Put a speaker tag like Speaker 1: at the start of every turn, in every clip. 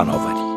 Speaker 1: فناوری.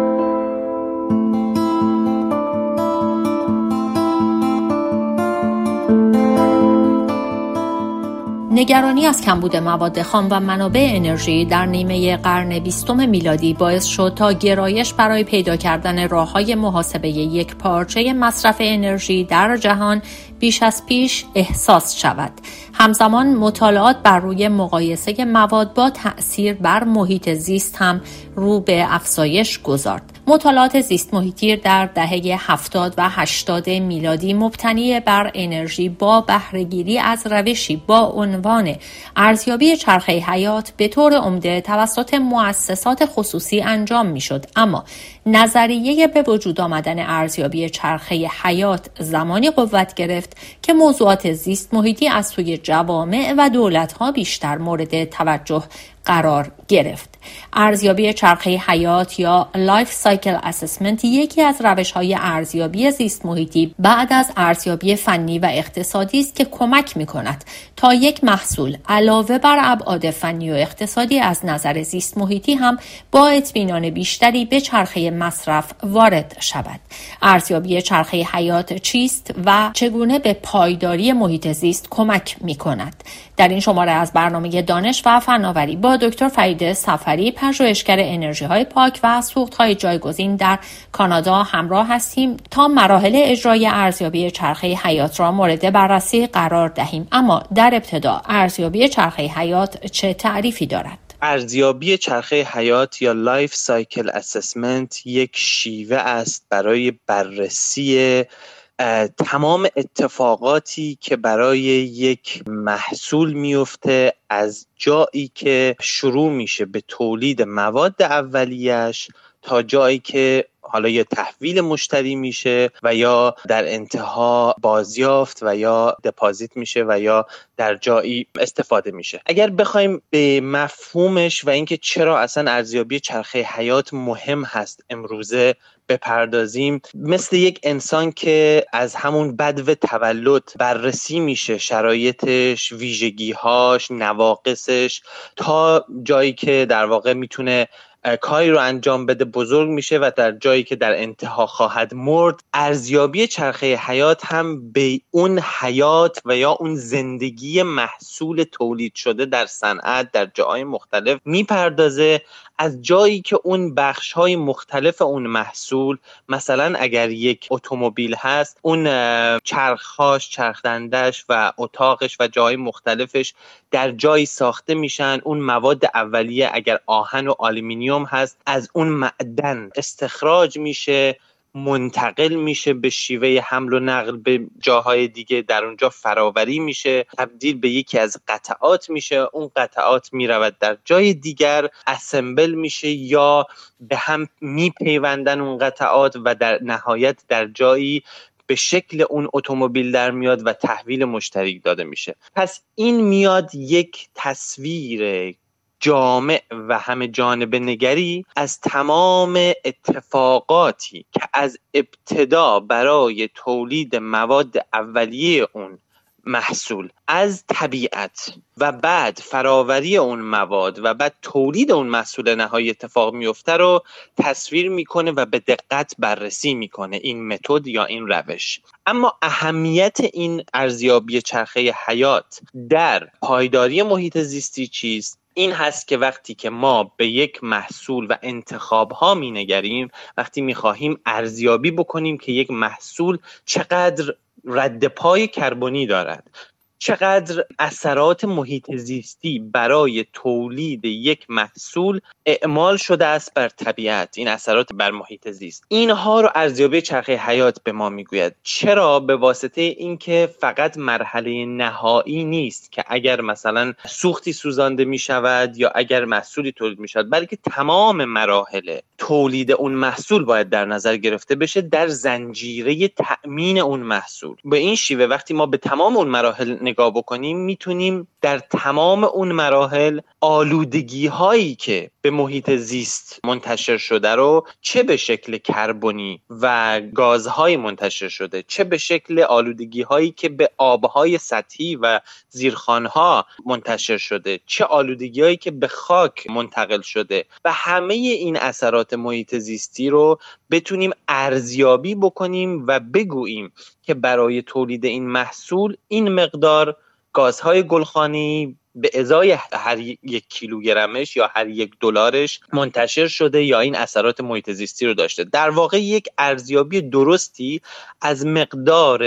Speaker 2: نگرانی از کمبود مواد خام و منابع انرژی در نیمه قرن 20 میلادی باعث شد تا گرایش برای پیدا کردن راه‌های محاسبه یک پارچه مصرف انرژی در جهان بیش از پیش احساس شود. همزمان مطالعات بر روی مقایسه مواد با تأثیر بر محیط زیست هم رو به افزایش گذارد. مطالعات زیست محیطی در دهه 70 و 80 میلادی مبتنی بر انرژی با بهره‌گیری از روشی با عنوان ارزیابی چرخه حیات به طور عمده توسط مؤسسات خصوصی انجام می‌شد، اما نظریه به وجود آمدن ارزیابی چرخه حیات زمانی قوت گرفت که موضوعات زیست محیطی از سوی جوامع و دولت‌ها بیشتر مورد توجه قرار گرفت. ارزیابی چرخه حیات یا لایف سایکل اسسمنت یکی از روش‌های ارزیابی زیست محیطی بعد از ارزیابی فنی و اقتصادی است که کمک می‌کند تا یک محصول علاوه بر ابعاد فنی و اقتصادی از نظر زیست محیطی هم با اطمینان بیشتری به چرخه مصرف وارد شود. ارزیابی چرخه حیات چیست و چگونه به پایداری محیط زیست کمک می‌کند؟ در این شماره از برنامه دانش و فناوری با دکتر فرید سفری، پژوهشگر انرژی‌های پاک و سوخت‌های جایگزین در کانادا همراه هستیم تا مراحل اجرای ارزیابی چرخه حیات را مورد بررسی قرار دهیم. اما در ابتدا ارزیابی چرخه حیات چه تعریفی دارد؟
Speaker 3: ارزیابی چرخه حیات یا لایف سایکل اسسمنت یک شیوه است برای بررسی تمام اتفاقاتی که برای یک محصول میفته از جایی که شروع میشه به تولید مواد اولیه‌اش تا جایی که حالا یا تحویل مشتری میشه و یا در انتها بازیافت و یا دپازیت میشه و یا در جایی استفاده میشه. اگر بخوایم به مفهومش و اینکه چرا اصلا ارزیابی چرخه حیات مهم هست امروزه بپردازیم، مثل یک انسان که از همون بدو تولد بررسی میشه شرایطش، ویژگیهاش، نواقصش تا جایی که در واقع میتونه کاری رو انجام بده، بزرگ میشه و در جایی که در انتها خواهد مرد. ارزیابی چرخه حیات هم به اون حیات و یا اون زندگی محصول تولید شده در صنعت در جاهای مختلف میپردازه، از جایی که اون بخش‌های مختلف اون محصول، مثلا اگر یک اتومبیل هست، اون چرخ‌هاش، چرخ‌دندش و اتاقش و جاهای مختلفش در جایی ساخته میشن. اون مواد اولیه اگر آهن و آلومینیوم هست از اون معدن استخراج میشه، منتقل میشه به شیوه حمل و نقل به جاهای دیگه، در اونجا فراوری میشه، تبدیل به یکی از قطعات میشه، اون قطعات میرود در جای دیگر اسمبل میشه یا به هم میپیوندن اون قطعات و در نهایت در جایی به شکل اون اتومبیل در میاد و تحویل مشتری داده میشه. پس این میاد یک تصویر جامع و همه جانبه نگری از تمام اتفاقاتی که از ابتدا برای تولید مواد اولیه اون محصول از طبیعت و بعد فراوری اون مواد و بعد تولید اون محصول نهایی اتفاق میفته رو تصویر میکنه و به دقت بررسی میکنه این متد یا این روش. اما اهمیت این ارزیابی چرخه حیات در پایداری محیط زیستی چیست؟ این هست که وقتی که ما به یک محصول و انتخاب‌ها می‌نگریم، وقتی می‌خواهیم ارزیابی بکنیم که یک محصول چقدر رد پای کربنی دارد، چقدر اثرات محیط زیستی برای تولید یک محصول اعمال شده است بر طبیعت، این اثرات بر محیط زیست، اینها رو ارزیابی چرخه حیات به ما میگوید. چرا؟ به واسطه اینکه فقط مرحله نهایی نیست که اگر مثلا سوختی سوزانده می شود یا اگر محصولی تولید می شود، بلکه تمام مراحل تولید اون محصول باید در نظر گرفته بشه در زنجیره تأمین اون محصول. به این شیوه وقتی ما به تمام اون مراحل نگاه بکنیم میتونیم در تمام اون مراحل آلودگی هایی که به محیط زیست منتشر شده رو، چه به شکل کربنی و گازهای منتشر شده، چه به شکل آلودگی هایی که به آبهای سطحی و زیرخوانها منتشر شده، چه آلودگی هایی که به خاک منتقل شده و همه این اثرات محیط زیستی رو بتونیم ارزیابی بکنیم و بگوییم که برای تولید این محصول این مقدار گازهای گلخانی به ازای هر 1 کیلوگرمش یا هر $1 منتشر شده یا این اثرات محیط زیستی رو داشته. در واقع یک ارزیابی درستی از مقدار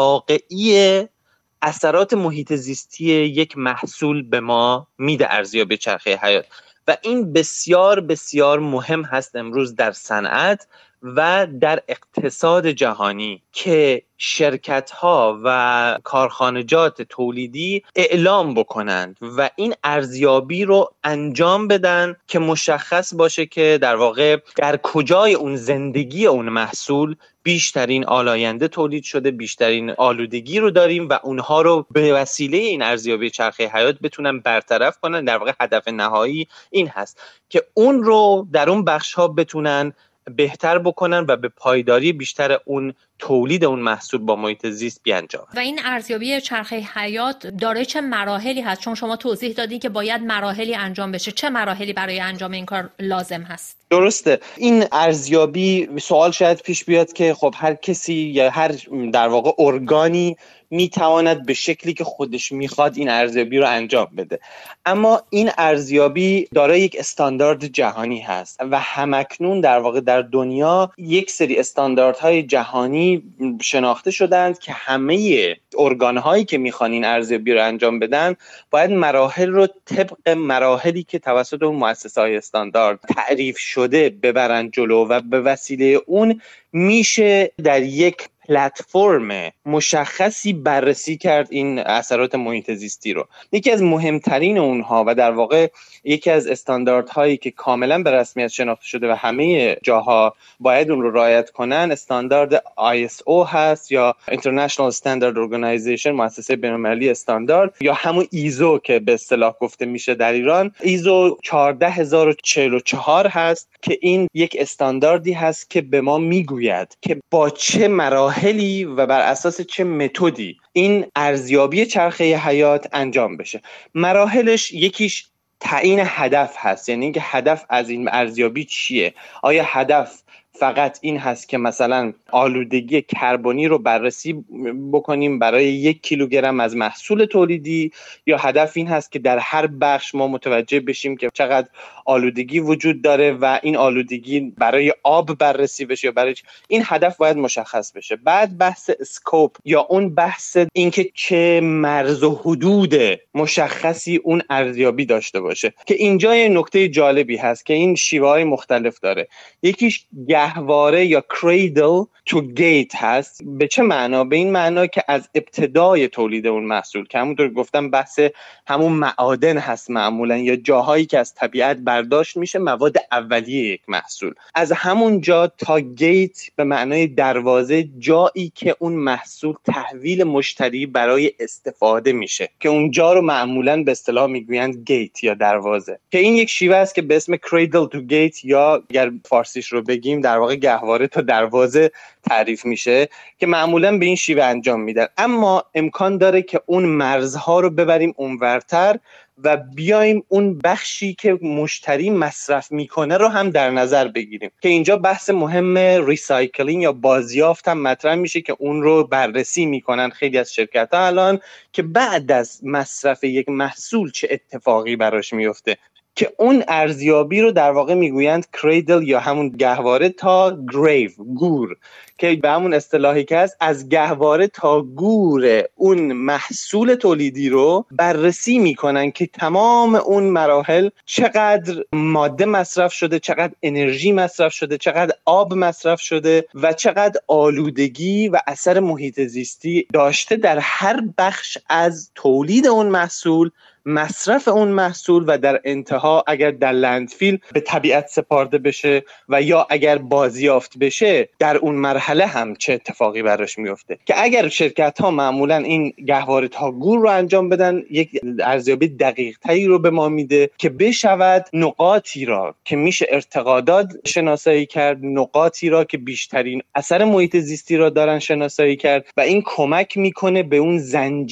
Speaker 3: واقعی اثرات محیط زیستی یک محصول به ما میده ارزیابی چرخه حیات، و این بسیار بسیار مهم هست امروز در صنعت و در اقتصاد جهانی که شرکت‌ها و کارخانجات تولیدی اعلام بکنند و این ارزیابی رو انجام بدن که مشخص باشه که در واقع در کجای اون زندگی اون محصول بیشترین آلاینده تولید شده، بیشترین آلودگی رو داریم و اونها رو به وسیله این ارزیابی چرخه حیات بتونن برطرف کنن. در واقع هدف نهایی این هست که اون رو در اون بخش‌ها بتونن بهتر بکنن و به پایداری بیشتر اون تولید اون محصول با محیط زیست بیانجامن.
Speaker 2: و این ارزیابی چرخه حیات داره چه مراحلی هست؟ چون شما توضیح دادین که باید مراحلی انجام بشه، چه مراحلی برای انجام این کار لازم هست؟
Speaker 3: درسته. این ارزیابی سوال شاید پیش بیاد که خب هر کسی یا هر در واقع ارگانی میتواند به شکلی که خودش میخواد این ارزیابی رو انجام بده، اما این ارزیابی دارای یک استاندارد جهانی هست و همکنون در واقع در دنیا یک سری استانداردهای جهانی شناخته شدند که همه ارگانهایی که میخوان این ارزیابی رو انجام بدن باید مراحل رو طبق مراحلی که توسط اون مؤسسه‌های استاندارد تعریف شده ببرن جلو و به وسیله اون میشه در یک پلتفرم مشخصی بررسی کرد این اثرات محیط زیستی رو. یکی از مهمترین اونها و در واقع یکی از استانداردهایی که کاملا به رسمیت شناخته شده و همه جاها باید اون رو رعایت کنن استاندارد ISO هست یا International Standard Organization، مؤسسه بین‌المللی استاندارد، یا همون ایزو که به اصطلاح گفته میشه در ایران. ایزو 14044 هست که این یک استانداردی هست که به ما میگوید که با چه مراحلی و بر اساس چه متدی این ارزیابی چرخه حیات انجام بشه. مراحلش یکیش تعیین هدف هست، یعنی اینکه هدف از این ارزیابی چیه. آیا هدف فقط این هست که مثلا آلودگی کربنی رو بررسی بکنیم برای 1 کیلوگرم از محصول تولیدی، یا هدف این هست که در هر بخش ما متوجه بشیم که چقدر آلودگی وجود داره و این آلودگی برای آب بررسی بشه یا برای این هدف باید مشخص بشه. بعد بحث اسکوپ یا اون بحث اینکه چه مرز و حدود مشخصی اون ارزیابی داشته باشه که اینجا یه نکته جالبی هست که این شیوه‌های مختلف داره. یکیش گهواره یا cradle to gate هست. به چه معنا؟ به این معنا که از ابتدای تولید اون محصول که همونطور گفتم بحث همون معادن هست معمولا یا جاهایی که از طبیعت برداشت میشه مواد اولیه یک محصول، از همون جا تا گیت به معنای دروازه، جایی که اون محصول تحویل مشتری برای استفاده میشه که اونجا رو معمولا به اصطلاح میگویند گیت یا دروازه، که این یک شیوه است که به اسم cradle to gate یا اگر فارسیش رو بگیم در واقع گهواره تا دروازه تعریف میشه که معمولا به این شیوه انجام میدن. اما امکان داره که اون مرزها رو ببریم اونورتر و بیایم اون بخشی که مشتری مصرف میکنه رو هم در نظر بگیریم که اینجا بحث مهم ریسایکلینگ یا بازیافت هم مطرح میشه که اون رو بررسی میکنن خیلی از شرکت‌ها الان که بعد از مصرف یک محصول چه اتفاقی براش میفته، که اون ارزیابی رو در واقع میگویند کریدل یا همون گهواره تا گریو، گور، که به همون اصطلاحی که هست از گهواره تا گور اون محصول تولیدی رو بررسی میکنن که تمام اون مراحل چقدر ماده مصرف شده، چقدر انرژی مصرف شده، چقدر آب مصرف شده و چقدر آلودگی و اثر محیط زیستی داشته در هر بخش از تولید اون محصول مصرف اون محصول و در انتها اگر در لندفیل به طبیعت سپرده بشه و یا اگر بازیافت بشه در اون مرحله هم چه اتفاقی براش میفته. که اگر شرکت ها معمولا این گهواره گور رو انجام بدن، یک ارزیابی دقیق تری رو به ما میده که بشود نقاطی را که میشه ارتقادات شناسایی کرد، نقاطی را که بیشترین اثر محیط زیستی را دارن شناسایی کرد و این کمک میکنه به اون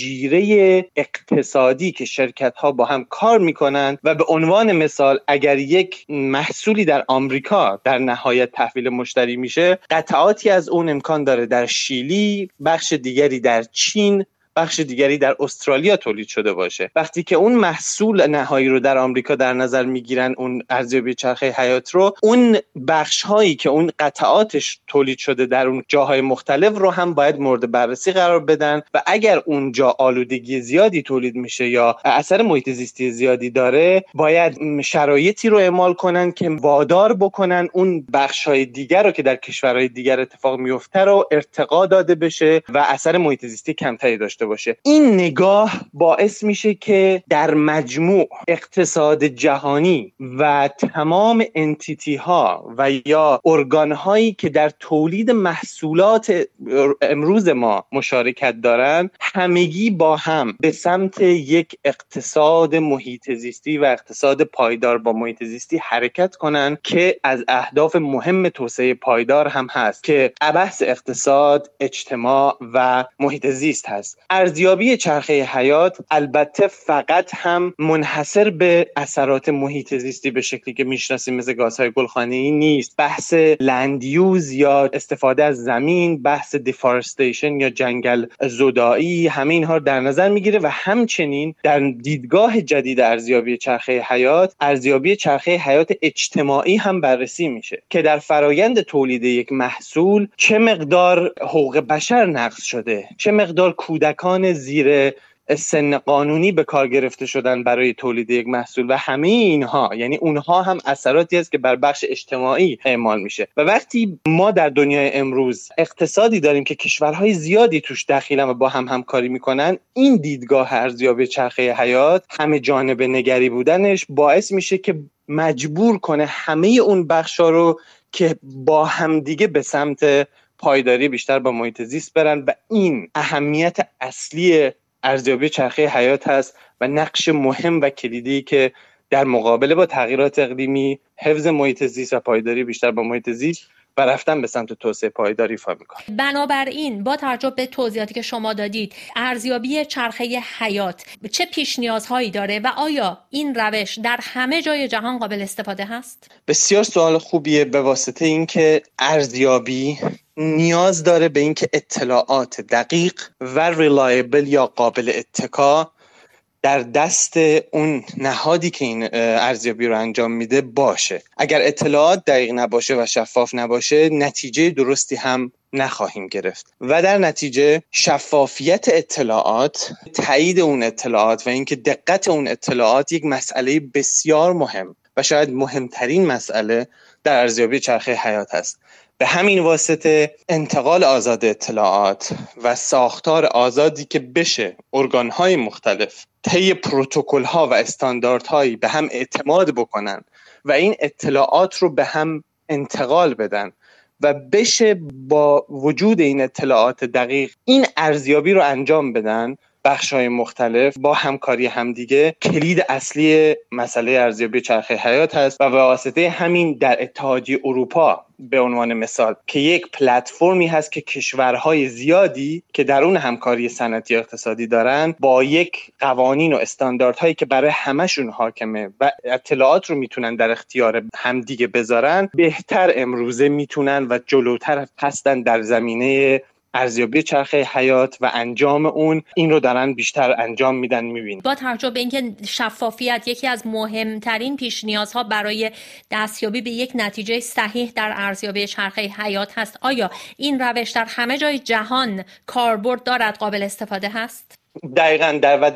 Speaker 3: زنجیره اقتصادی که شرکت ها با هم کار میکنن. و به عنوان مثال اگر یک محصولی در آمریکا در نهایت تحویل مشتری میشه، قطعاتی از اون امکان داره در شیلی، بخش دیگری در چین، بخش دیگری در استرالیا تولید شده باشه. وقتی که اون محصول نهایی رو در آمریکا در نظر میگیرن، اون ارزیابی چرخه حیات رو، اون بخش هایی که اون قطعاتش تولید شده در اون جاهای مختلف رو هم باید مورد بررسی قرار بدن و اگر اونجا آلودگی زیادی تولید میشه یا اثر محیط زیستی زیادی داره، باید شرایطی رو اعمال کنن که وادار بکنن اون بخش های دیگر رو که در کشورهای دیگر اتفاق میفته رو ارتقا داده بشه و اثر محیط زیستی کمتری داشته باشه. این نگاه باعث میشه که در مجموع اقتصاد جهانی و تمام انتیتی ها و یا ارگان هایی که در تولید محصولات امروز ما مشارکت دارن، همگی با هم به سمت یک اقتصاد محیط زیستی و اقتصاد پایدار با محیط زیستی حرکت کنن که از اهداف مهم توسعه پایدار هم هست که بحث اقتصاد، اجتماع و محیط زیست هست. ارزیابی چرخه حیات البته فقط هم منحصر به اثرات محیط زیستی به شکلی که میشناسیم مثل گازهای گلخانه‌ای نیست. بحث لند یوز یا استفاده از زمین، بحث دیفارستیشن یا جنگل زدایی، همه اینها رو در نظر میگیره و همچنین در دیدگاه جدید ارزیابی چرخه حیات، ارزیابی چرخه حیات اجتماعی هم بررسی میشه که در فرایند تولید یک محصول چه مقدار حقوق بشر نقض شده، چه مقدار کودکان زیر سن قانونی به کار گرفته شدن برای تولید یک محصول و همه اینها، یعنی اونها هم اثراتی است که بر بخش اجتماعی اعمال میشه. و وقتی ما در دنیای امروز اقتصادی داریم که کشورهای زیادی توش دخیلن و با هم همکاری میکنن، این دیدگاه ارزیابی چرخه حیات همه جانبه نگری بودنش باعث میشه که مجبور کنه همه اون بخشا رو که با هم دیگه به سمت پایداری بیشتر با محیط زیست برن و این اهمیت اصلی ارزیابی چرخه حیات هست و نقش مهم و کلیدی که در مقابله با تغییرات اقلیمی، حفظ محیط زیست و پایداری بیشتر با محیط زیست و رفتن به سمت توسعه پایداری ایفا میکنه.
Speaker 2: بنابراین با توجه به توضیحاتی که شما دادید، ارزیابی چرخه حیات چه پیش نیازهایی داره و آیا این روش در همه جای جهان قابل استفاده هست؟
Speaker 3: بسیار سوال خوبیه، به واسطه اینکه ارزیابی نیاز داره به اینکه اطلاعات دقیق و ریلایبل یا قابل اتکا در دست اون نهادی که این ارزیابی رو انجام میده باشه. اگر اطلاعات دقیق نباشه و شفاف نباشه، نتیجه درستی هم نخواهیم گرفت و در نتیجه شفافیت اطلاعات، تایید اون اطلاعات و اینکه دقت اون اطلاعات یک مسئله بسیار مهم و شاید مهمترین مسئله در ارزیابی چرخه حیات هست. به همین واسطه انتقال آزاد اطلاعات و ساختار آزادی که بشه ارگان‌های مختلف طی پروتکل‌ها و استانداردهایی به هم اعتماد بکنن و این اطلاعات رو به هم انتقال بدن و بشه با وجود این اطلاعات دقیق این ارزیابی رو انجام بدن، بخش‌های مختلف با همکاری همدیگه کلید اصلی مسئله ارزیابی چرخه حیات هست. و به واسطه همین در اتحادیه اروپا به عنوان مثال که یک پلتفرمی هست که کشورهای زیادی که در اون همکاری صنعتی اقتصادی دارن با یک قوانین و استانداردهایی که برای همشون حاکمه و اطلاعات رو میتونن در اختیار همدیگه بذارن، بهتر امروزه میتونن و جلوتر هستن در زمینه ارزیابی چرخه حیات و انجام اون. این رو دارن بیشتر انجام میدن میبینیم.
Speaker 2: با توجه به اینکه شفافیت یکی از مهمترین پیش نیازها برای دستیابی به یک نتیجه صحیح در ارزیابی چرخه حیات هست، آیا این روش در همه جای جهان کاربرد دارد، قابل استفاده هست؟
Speaker 3: دقیقاً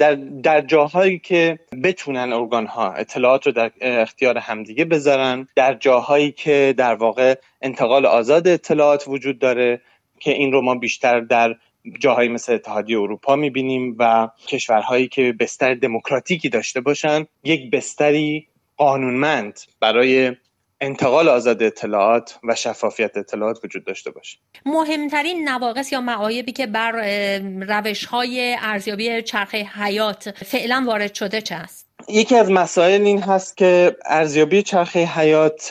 Speaker 3: در جاهایی که بتونن ارگان‌ها اطلاعات رو در اختیار همدیگه بذارن، در جاهایی که در واقع انتقال آزاد اطلاعات وجود داره که این رو ما بیشتر در جاهایی مثل اتحادیه اروپا میبینیم و کشورهایی که بستر دموکراتیکی داشته باشن یک بستری قانونمند برای انتقال آزاد اطلاعات و شفافیت اطلاعات وجود داشته باشه.
Speaker 2: مهمترین نواقص یا معایبی که بر روش‌های ارزیابی چرخه حیات فعلا وارد شده چه است؟
Speaker 3: یکی از مسائل این هست که ارزیابی چرخه حیات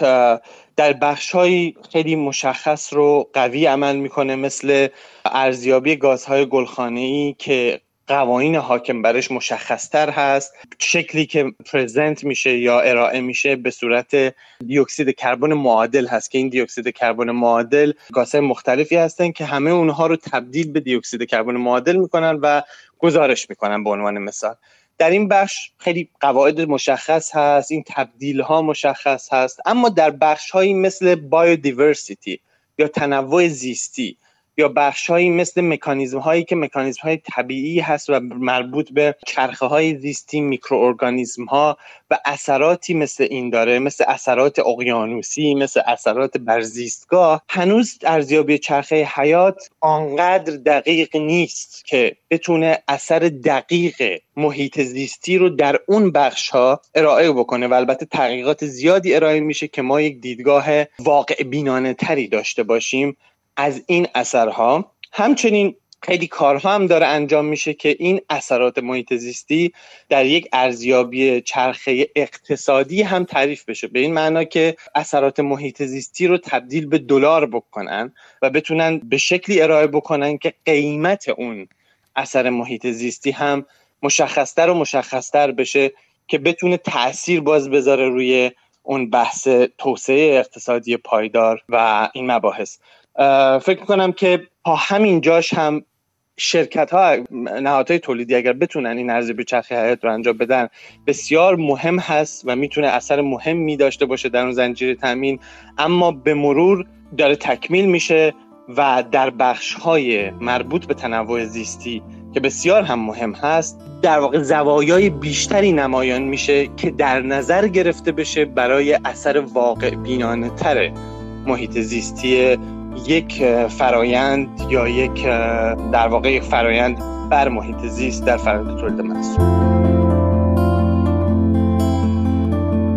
Speaker 3: در بخش‌های خیلی مشخص رو قوی عمل میکنه، مثل ارزیابی گازهای گلخانه‌ای که قوانین حاکم برش مشخص‌تر هست، شکلی که پرزنت میشه یا ارائه میشه به صورت دیوکسید کربن معادل هست که این دیوکسید کربن معادل گازهای مختلفی هستن که همه اونها رو تبدیل به دیوکسید کربن معادل میکنن و گزارش میکنن. به عنوان مثال در این بخش خیلی قواعد مشخص هست، این تبدیل ها مشخص هست، اما در بخش هایی مثل بایودیورسیتی یا تنوع زیستی یا بخش‌هایی مثل مکانیزم‌هایی که مکانیزم‌های طبیعی هست و مربوط به چرخه‌های زیستی، میکروارگانیسم‌ها و اثراتی مثل این داره، مثل اثرات اقیانوسی، مثل اثرات بر زیستگاه، هنوز ارزیابی چرخه حیات آنقدر دقیق نیست که بتونه اثر دقیق محیط زیستی رو در اون بخش‌ها ارائه بکنه و البته تحقیقات زیادی ارائه میشه که ما یک دیدگاه واقع بینانه تری داشته باشیم از این اثرها. همچنین خیلی کارها هم داره انجام میشه که این اثرات محیط زیستی در یک ارزیابی چرخه اقتصادی هم تعریف بشه، به این معنا که اثرات محیط زیستی رو تبدیل به دلار بکنن و بتونن به شکلی ارائه بکنن که قیمت اون اثر محیط زیستی هم مشخصتر و مشخصتر بشه که بتونه تأثیر باز بذاره روی اون بحث توسعه اقتصادی پایدار و این مباحث. فکر میکنم که تا همین جاش هم شرکت‌ها، نهادهای تولیدی اگر بتونن این ارزیابی چرخه حیات رو انجام بدن بسیار مهم هست و میتونه اثر مهمی داشته باشه در اون زنجیره تامین، اما به مرور داره تکمیل میشه و در بخش‌های مربوط به تنوع زیستی که بسیار هم مهم هست در واقع زوایای بیشتری نمایان میشه که در نظر گرفته بشه برای اثر واقع بینانه تر محیط زیستی یک فرایند یا یک در واقع یک فرایند بر محیط زیست در فرآیند تولید محصول.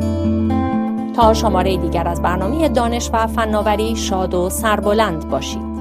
Speaker 2: تا شماره دیگر از برنامه دانش و فناوری شاد و سربلند باشید.